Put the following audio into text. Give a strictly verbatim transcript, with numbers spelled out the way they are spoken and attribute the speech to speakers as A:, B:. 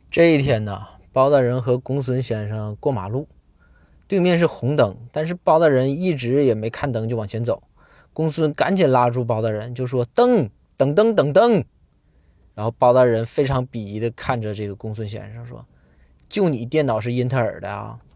A: 这一天呢，包大人和公孙先生过马路，对面是红灯，但是包大人一直也没看灯就往前走。公孙赶紧拉住包大人，就说：“灯，等灯，等灯。”然后包大人非常鄙夷的看着这个公孙先生说：“就你电脑是英特尔的啊？